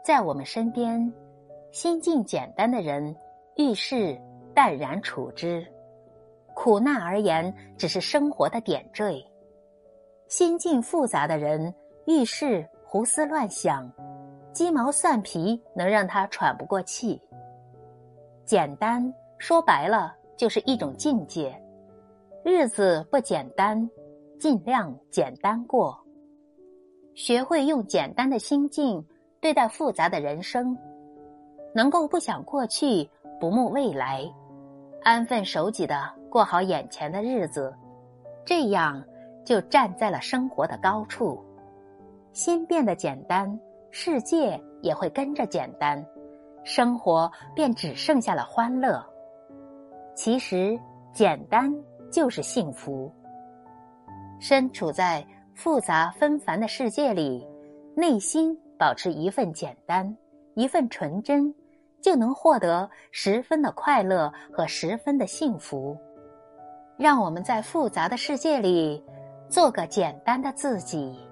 在我们身边，心境简单的人遇事淡然处之，苦难而言只是生活的点缀；心境复杂的人遇事胡思乱想，鸡毛蒜皮能让他喘不过气。简单说白了就是一种境界，日子不简单，尽量简单过。学会用简单的心境对待复杂的人生，能够不想过去，不慕未来，安分守己地过好眼前的日子，这样就站在了生活的高处。心变得简单，世界也会跟着简单，生活便只剩下了欢乐。其实简单就是幸福。身处在复杂纷繁的世界里，内心保持一份简单，一份纯真，就能获得10分的快乐和10分的幸福。让我们在复杂的世界里做个简单的自己。